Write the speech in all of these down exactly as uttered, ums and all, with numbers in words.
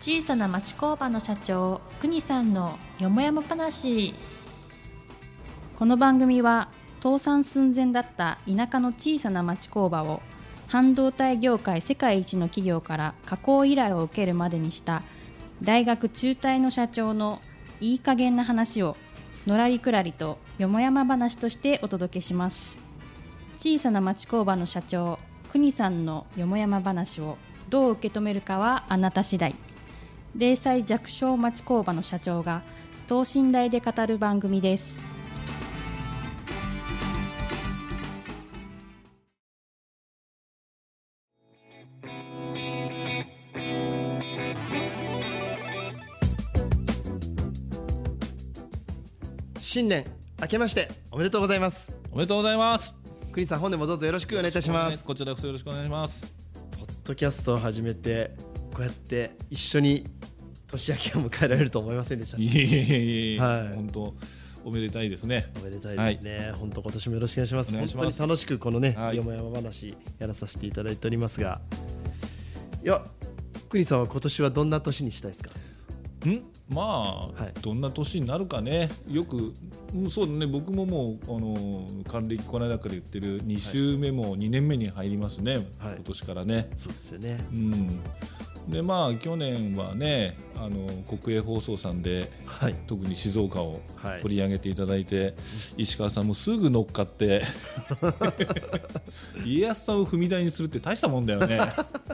小さな町工場の社長国さんのよもやま話。この番組は倒産寸前だった田舎の小さな町工場を半導体業界世界一の企業から加工依頼を受けるまでにした大学中退の社長のいい加減な話をのらりくらりとよもやま話としてお届けします。小さな町工場の社長国さんのよもやま話をどう受け止めるかはあなた次第。零細弱小町工場の社長が等身大で語る番組です。 新年明けましておめでとうございます。 おめでとうございます。 クリスさん、本年もどうぞよろしくお願いいたします。 こちらこそよろしくお願いします。 ポッドキャストを始めてこうやって一緒に年明けを迎えられると思いませんでした。 いえいえいえ、 はい、 本当おめでたいですね。 おめでたいですね、はい、本当今年もよろしくお願いします。 お願いします。 本当に楽しくこのね、 はい、 よもやま話やらさせていただいておりますが、いやクリスさんは今年はどんな年にしたいですか？ んまあ、はい、どんな年になるかね。よくそうだね、僕ももうあの還暦この間から言ってるに週目もにねんめに入りますね、はい、今年からね。 そうですよね、 うん、でまあ去年はね、あの国営放送さんで、はい、特に静岡を取り上げていただいて、はい、石川さんもすぐ乗っかって家康さんを踏み台にするって大したもんだよね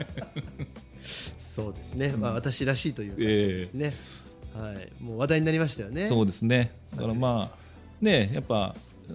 そうですね、まあ、私らしいというかですね、えーはい、もう話題になりましたよね。 そうですね。だからまあね、やっぱ、うん、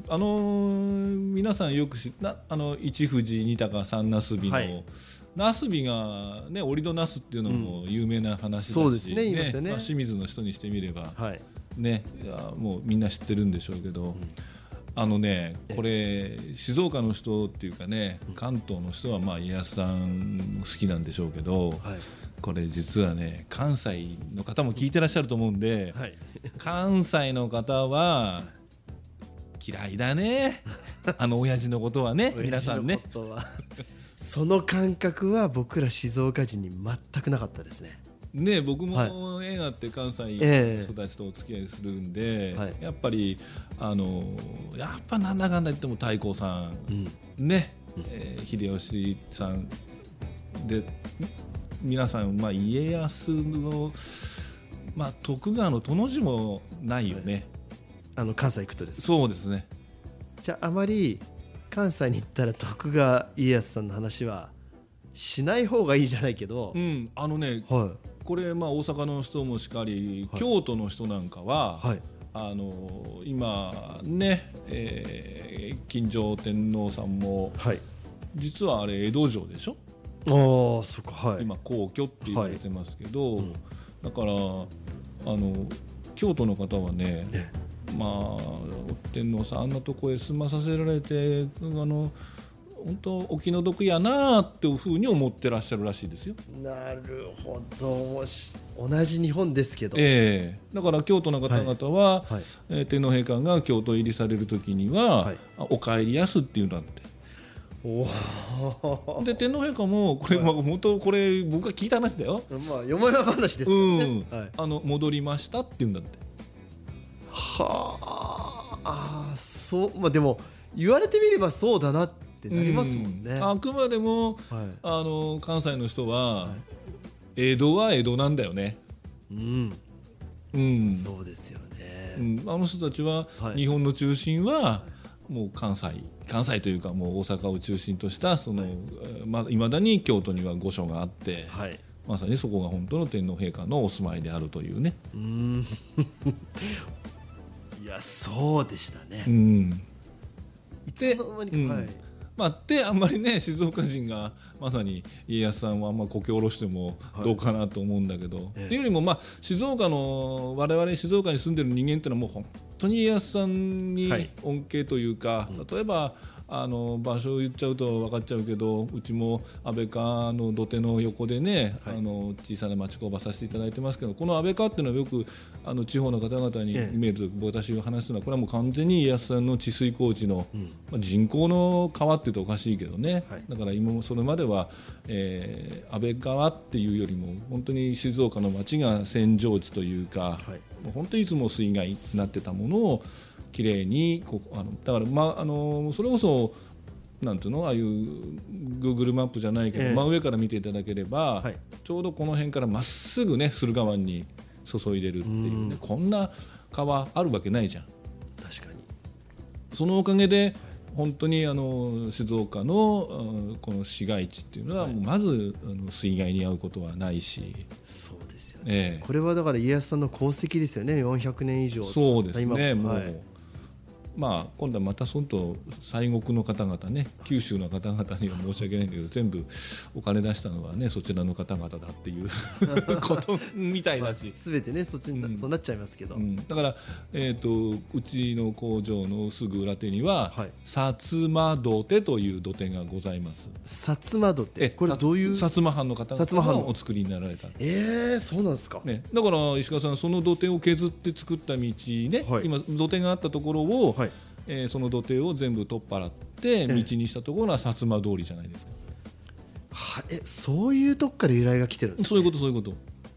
あのー、皆さんよく知なあの一富士二鷹三なすびの、はい、なすびがね、折戸なすっていうのも有名な話だし、うん、そうですね、言いますよね。まあ、清水の人にしてみれば、はい、ね、いやもうみんな知ってるんでしょうけど、うん、あのね、これ静岡の人っていうかね、関東の人はまあ家康さん好きなんでしょうけど、はい、これ実はね、関西の方も聞いてらっしゃると思うんで、はい、関西の方は嫌いだねあの親父のことはね皆さんねその感覚は僕ら静岡人に全くなかったですね。 ね、僕も映画って関西の人たちとお付き合いするんで、はい、やっぱりあのやっぱなんだかんだ言っても太閤さん、うん、ね、うん、えー、秀吉さんで皆さん、まあ、家康の、まあ、徳川の殿字もないよね、はい、 あの関西行くとです。 そうですね。 じゃああまり関西に行ったら徳川家康さんの話はしない方がいいじゃないけど、 うん、あのね、はい、これ、まあ、大阪の人もしかり、はい、京都の人なんかは、はい、あの今ね、えー、金城天皇さんも、はい、実はあれ江戸城でしょ。 あ、そっか、はい、 今皇居って言われてますけど、はい、うん、だからあの京都の方はね、ね、まあ天皇さんあんなとこへ住まさせられて、あの本当お気の毒やなっていうふうに思ってらっしゃるらしいですよ。 なるほど。同じ日本ですけど、 えー、だから京都の方々は、はいはい、えー、天皇陛下が京都入りされる時には、はい、お帰りやすっていうんだって。おで天皇陛下もこれ、はい、まあ、本当これ僕が聞いた話だよ、 まあ、よもやま話ですよね、 うん、はい、あの戻りましたって言うんだって。 はあ、そう、まあ、でも言われてみればそうだなってなりますもんね、うん、 あくまでも、はい、あの関西の人は、はい、江戸は江戸なんだよね、 うんうん、そうですよね、 うん、あの人たちは、はい、日本の中心は、はい、もう関西関西というかもう大阪を中心としたその、はい、まあ、未だに京都には御所があって、はい、まさにそこが本当の天皇陛下のお住まいであるというね。 うーんいやそうでしたね。 うん、で、 うん、はい、 まあ、であんまりね静岡人がまさに家康さんはあんまこけ下ろしてもどうかなと思うんだけど、はい、っていうよりも、まあ、静岡の我々静岡に住んでる人間っていうのはもう本当に家康さんに恩恵というか、はい、例えばあの場所を言っちゃうと分かっちゃうけど、うちも安倍川の土手の横でね、はい、あの小さな町工場させていただいてますけど、この安倍川っていうのはよくあの地方の方々に見えると、私が話すのはこれはもう完全に家康さんの治水工事の、うんまあ、人工の川っていうとおかしいけどね、はい、だから今もそれまでは、えー、安倍川っていうよりも本当に静岡の町が扇状地というか、はい、もう本当にいつも水害になってたものをきれいにこうあのだから、まあ、あのそれこそなんていうのああいう Google マップじゃないけど、えー、真上から見ていただければ、はい、ちょうどこの辺からまっすぐね駿河湾に注いでるっていうね、こんな川あるわけないじゃん。 確かにそのおかげで本当にあの静岡のこの市街地っていうのは、はい、まずあの水害に遭うことはないし。 そうですよね、 えー、 これはだから家康さんの功績ですよね。よんひゃくねん以上。 そうですね、もう、 はい、 まあ、今度はまたそんと西国の方々ね、九州の方々には申し訳ないんだけど、全部お金出したのはねそちらの方々だっていうことみたいだし、 すべてねそっちにな、うん、そうなっちゃいますけど、 うん、だから、えーと、うちの工場のすぐ裏手には、はい、薩摩土手という土手がございます。 薩摩土手、これどういう？ 薩摩藩の方々がお作りになられた。 えー、そうなんですか、 ね、だから石川さん、その土手を削って作った道ね、はい、今土手があったところを、はい、えー、その土手を全部取っ払って道にしたところは薩摩通りじゃないですか。 はえそういうとこから由来が来てるんですね。 そういうことそういうこと。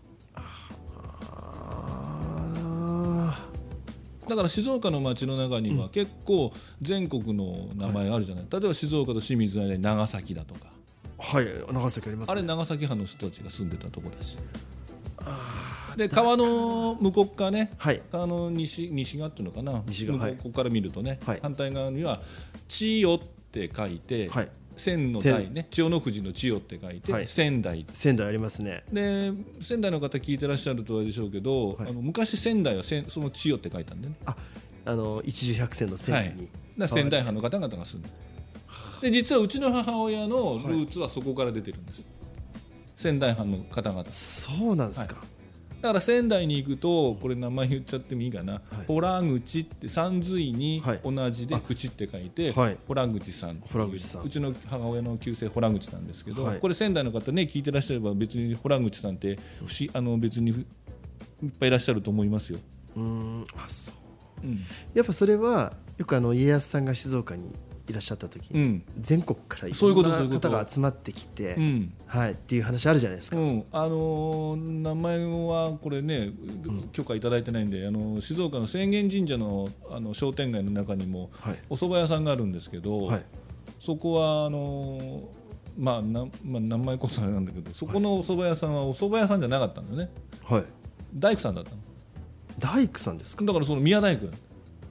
だから静岡の町の中には結構全国の名前あるじゃない、うん、例えば静岡と清水の間に長崎だとか。 はい、長崎ありますね。 あれ長崎藩の人たちが住んでたところだし、で川の向こう側ね、はい、川の 西, 西側っていうのかな、西側、はい、ここから見るとね、はい、反対側には千代って書いて、はい、千の台ね、千代の富士の千代って書いて、はい、仙台。 仙台ありますね。 で仙台の方聞いてらっしゃるとあれでしょうけど、はい、あの昔仙台はせんその千代って書いたんでね、 ああの一十百選の仙に、はい、 だ仙台藩の方々が住んで、で実はうちの母親のルーツはそこから出てるんです、はい、仙台藩の方々。 そうなんですか、はい、 だから仙台に行くとこれ名前言っちゃってもいいかな、はい、洞口って三髄に同じで口って書いて、はい、洞口さんっていう、さんうちの母親の旧姓洞口なんですけど、はい、これ仙台の方ね聞いてらっしゃれば別に洞口さんって不思あの別にいっぱいいらっしゃると思いますよ。 うーんあそう、うん、やっぱそれはよくあの家康さんが静岡にいらっしゃった時に、うん、全国からいろんな方が集まってきて、うん、はい、っていう話あるじゃないですか、うん、 あのー、名前はこれね、うん、許可いただいてないんで、あの静岡の浅間神社 の, あの商店街の中にもお蕎麦屋さんがあるんですけど、はい、そこはあのーまあなまあ、名前こそあれなんだけど、そこのお蕎麦屋さんはお蕎麦屋さんじゃなかったんだよね、はい、大工さんだったの。 大工さんですか。 だからその宮大工だった。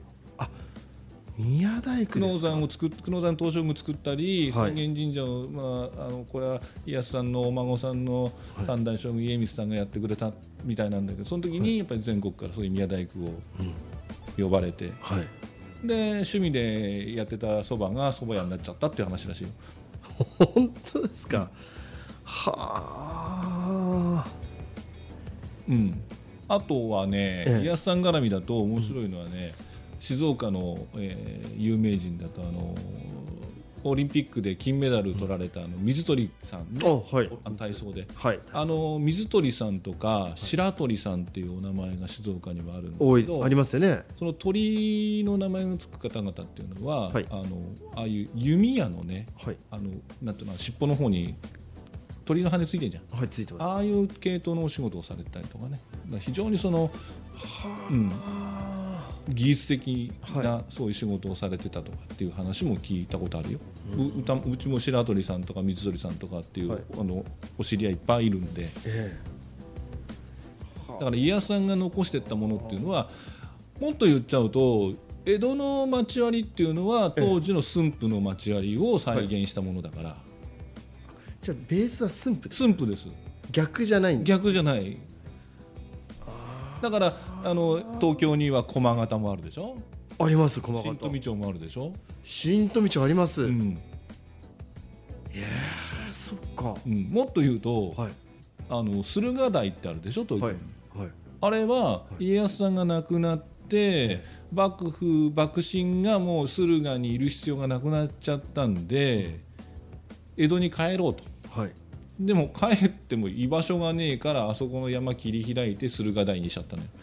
宮大工ですか。 久能山を作っ久能山東照宮作ったり、浅間神社を、まあ、あのこれは家康さんのお孫さんの三代将軍家光さんがやってくれたみたいなんだけど、その時にやっぱり全国からそういう宮大工を呼ばれて、はい、で趣味でやってたそばがそば屋になっちゃったっていう話らしいよ。 本当ですか、うん、はあ、 うん、あとはね、ええ、家康さん絡みだと面白いのはね、うん静岡の、えー、有名人だとあのオリンピックで金メダル取られたあの水鳥さん、ねはい、あの体操で、はい、あの水鳥さんとか白鳥さんっていうお名前が静岡にはあるんですけど、 ありますよね。 その鳥の名前がつく方々っていうのは、はい、あのああいう弓矢のね、はい、あのなんていうの尻尾の方に鳥の羽ついてるじゃん、はい、ついてます。ああいう系統のお仕事をされたりとかね、だから非常にその、はうん技術的な、はい、そういう仕事をされてたとかっていう話も聞いたことあるよ、うん、う, うちも白鳥さんとか水鳥さんとかっていう、はい、あのお知り合いいっぱいいるんで、えー、だから家康さんが残していったものっていうのはもっと言っちゃうと江戸の町割りっていうのは当時の駿府の町割りを再現したものだから、はい、 じゃあベースは駿府です。 駿府です。 逆じゃないんです。 逆じゃない。だからあの東京には駒形もあるでしょ。 あります。駒形。 新富町もあるでしょ。 新富町あります、うん、いやそっか、 うん、もっと言うと、はい、あの駿河台ってあるでしょ東京に、はいはい、あれは家康さんが亡くなって、はい、 幕府幕臣がもう駿河にいる必要がなくなっちゃったんで江戸に帰ろうと、 はい、 でも帰っても居場所がねえからあそこの山切り開いて駿河台にしちゃったのよ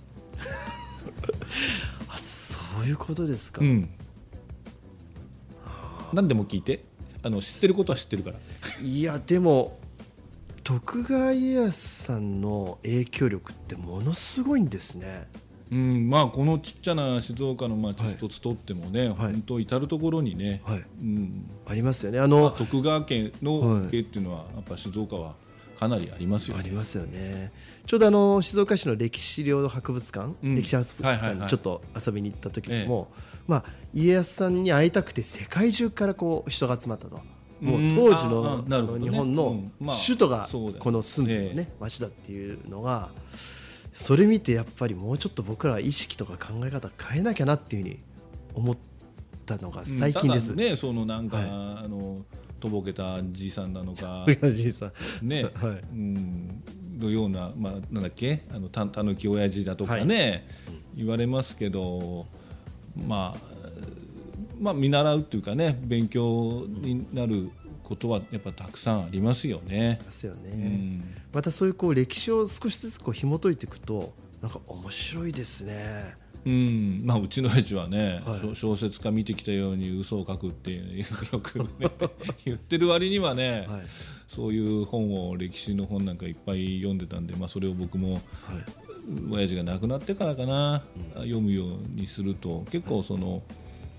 あ、そういうことですか。 うん、何でも聞いて、あの知ってることは知ってるから。 いやでも徳川家康さんの影響力ってものすごいんですね。 うん、まあこのちっちゃな静岡の町一つとってもね、はい、本当至る所にね、はい、うん、 ありますよね。あの、 まあ、徳川家の家っていうのはやっぱ静岡はかなりありますよね。 ありますよね。ちょうどあの静岡市の歴史料博物館、うん、歴史博物館にちょっと遊びに行った時にも、ええ、まあ、家康さんに会いたくて世界中からこう人が集まったと。もう当時 の, ああの日本の首都がこの住んでる、ね、町だっていうのが、それ見てやっぱりもうちょっと僕らは意識とか考え方変えなきゃなっていうふうに思ったのが最近です。 ただね、そのなんか、はい、あのとぼけたじいさんなのかじいさんね、はい、うん、のような、まあ、なんだっけ、あのたたぬき親父だとかね、はい、言われますけど、まあまあ、見習うっていうかね、勉強になることはやっぱたくさんありますよね。 ですよね、うん、またそういうこう歴史を少しずつこう紐解いていくとなんか面白いですね。 うん、まあ、うちの親父はね、はい、小説家見てきたように嘘を書くっていうよく、ね、言ってる割にはね、はい、そういう本を歴史の本なんかいっぱい読んでたんで、まあ、それを僕も、はい、親父が亡くなってからかな、うん、読むようにすると結構その、はい、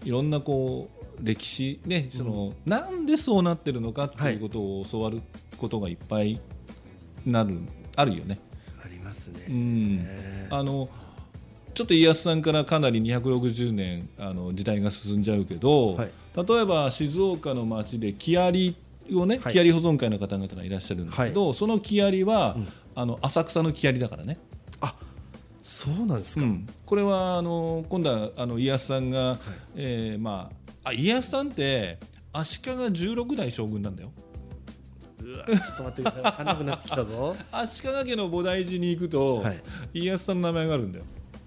いろんなこう歴史ね、その、うん、なんでそうなってるのかっていうことを教わることがいっぱいなる、あるよね。 ありますね、 うん、あのちょっと家康さんからかなりにひゃくろくじゅうねんあの時代が進んじゃうけど、はい、例えば静岡の町で木遣りをね、はい、木遣り保存会の方々がいらっしゃるんだけど、はい、その木遣りは、うん、あの浅草の木遣りだからね。 あ、そうなんですか、うん、 これはあの今度はあの家康さんが、はい、えーまあ、あ家康さんって足利じゅうろくだい将軍なんだよ。 うわ、ちょっと待って、分かんなくなってきたぞ足利家の菩提寺に行くと、はい、家康さんの名前があるんだよ。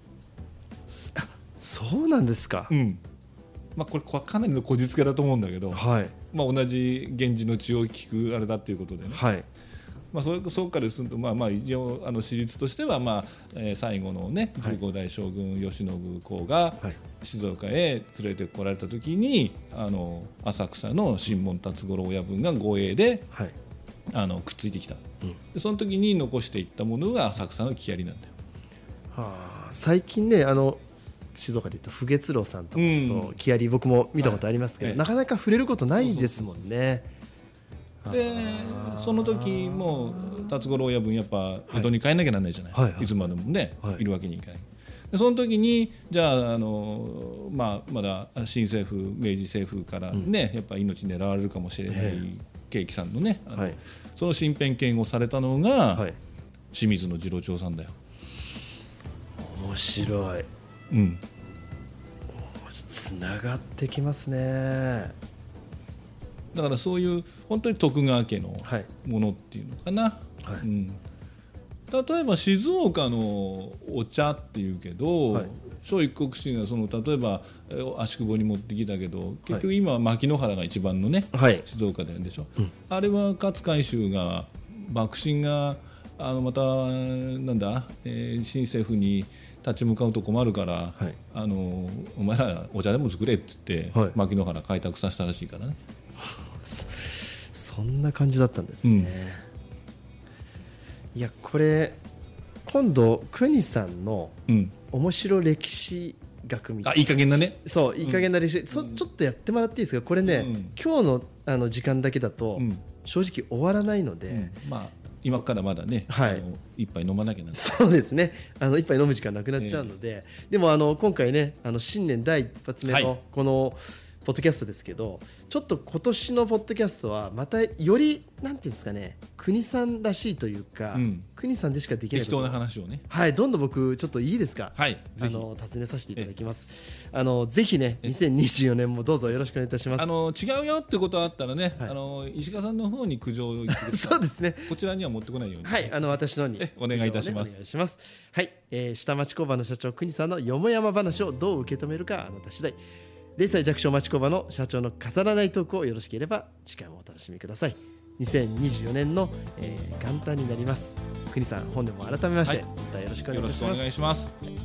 そうなんですか、 うん、まあ、これかなりのこじつけだと思うんだけど、はい、まあ、同じ源氏の血を聞くあれだっていうことでね、はい、まあ、それそこからすると、まあまあ、一応あの史実としては、まあえー、最後の、ね、じゅうごだい将軍慶喜公が静岡へ連れてこられた時に、あの浅草の新門辰五郎親分が護衛で、はい、あのくっついてきた、うん、でその時に残していったものが浅草の木遣りなんだよ。 はあ、最近ね、あの静岡で言うと不月楼さんとかと木遣り、僕も見たことありますけど、はい、なかなか触れることないですもんね。 でその時も辰五郎親分やっぱ江戸に帰んなきゃなんないじゃない、はいはいはい、いつまでもね、はい、いるわけにいかない。でその時にじゃあ、あの、まあ、まだ新政府明治政府からね、うん、やっぱ命狙われるかもしれない慶喜さんのね、あの、はい、その身辺警護されたのが、はい、清水の次郎長さんだよ。 面白い、 うん、 つながってきますね。 だからそういう本当に徳川家のものっていうのかな、はい、うん、例えば静岡のお茶っていうけど、はい、聖一国師がその例えば足久保に持ってきたけど結局今は牧之原が一番のね、はい、静岡ででしょ、うん、あれは勝海舟が幕臣があのまたなんだ、えー、新政府に立ち向かうと困るから、はい、あのお前らお茶でも作れって言って、はい、牧之原開拓させたらしいからねそんな感じだったんですね、うん、いやこれ今度国さんの面白歴史学みたいな、 あ、いい加減なね、 そういい加減な歴史、うん、そちょっとやってもらっていいですか。これね、うん、今日のあの時間だけだと、うん、正直終わらないので、うん、まあ今からまだね、はい、あの一杯飲まなきゃならない。 そうですね、あの一杯飲む時間なくなっちゃうので、えー、でもあの今回ね、あの新年第一発目のこの、はい、 ポッドキャストですけど、ちょっと今年のポッドキャストはまたよりなんていうんですかね、国さんらしいというか、うん、国さんでしかできない適当な話をね、 はい、どんどん僕ちょっといいですか、 はい、 あの尋ねさせていただきます。あのぜひねにせんにじゅうよねんもどうぞよろしくお願いいたします。 あの違うよってことあったらね、はい、あの石川さんの方に苦情を言ってください。 そうですね、 こちらには持ってこないように、 はい、あの私のにお願いいたします。 お願いします。はい、えー、下町工場の社長国さんのよもやま話をどう受け止めるかあなた次第。零細弱小町工場の社長の飾らないトークをよろしければ次回もお楽しみください。にせんにじゅうよねんの、えー、元旦になります。国さん、本年も改めまして、はい、またよろしくお願いします。 よろしくお願いします。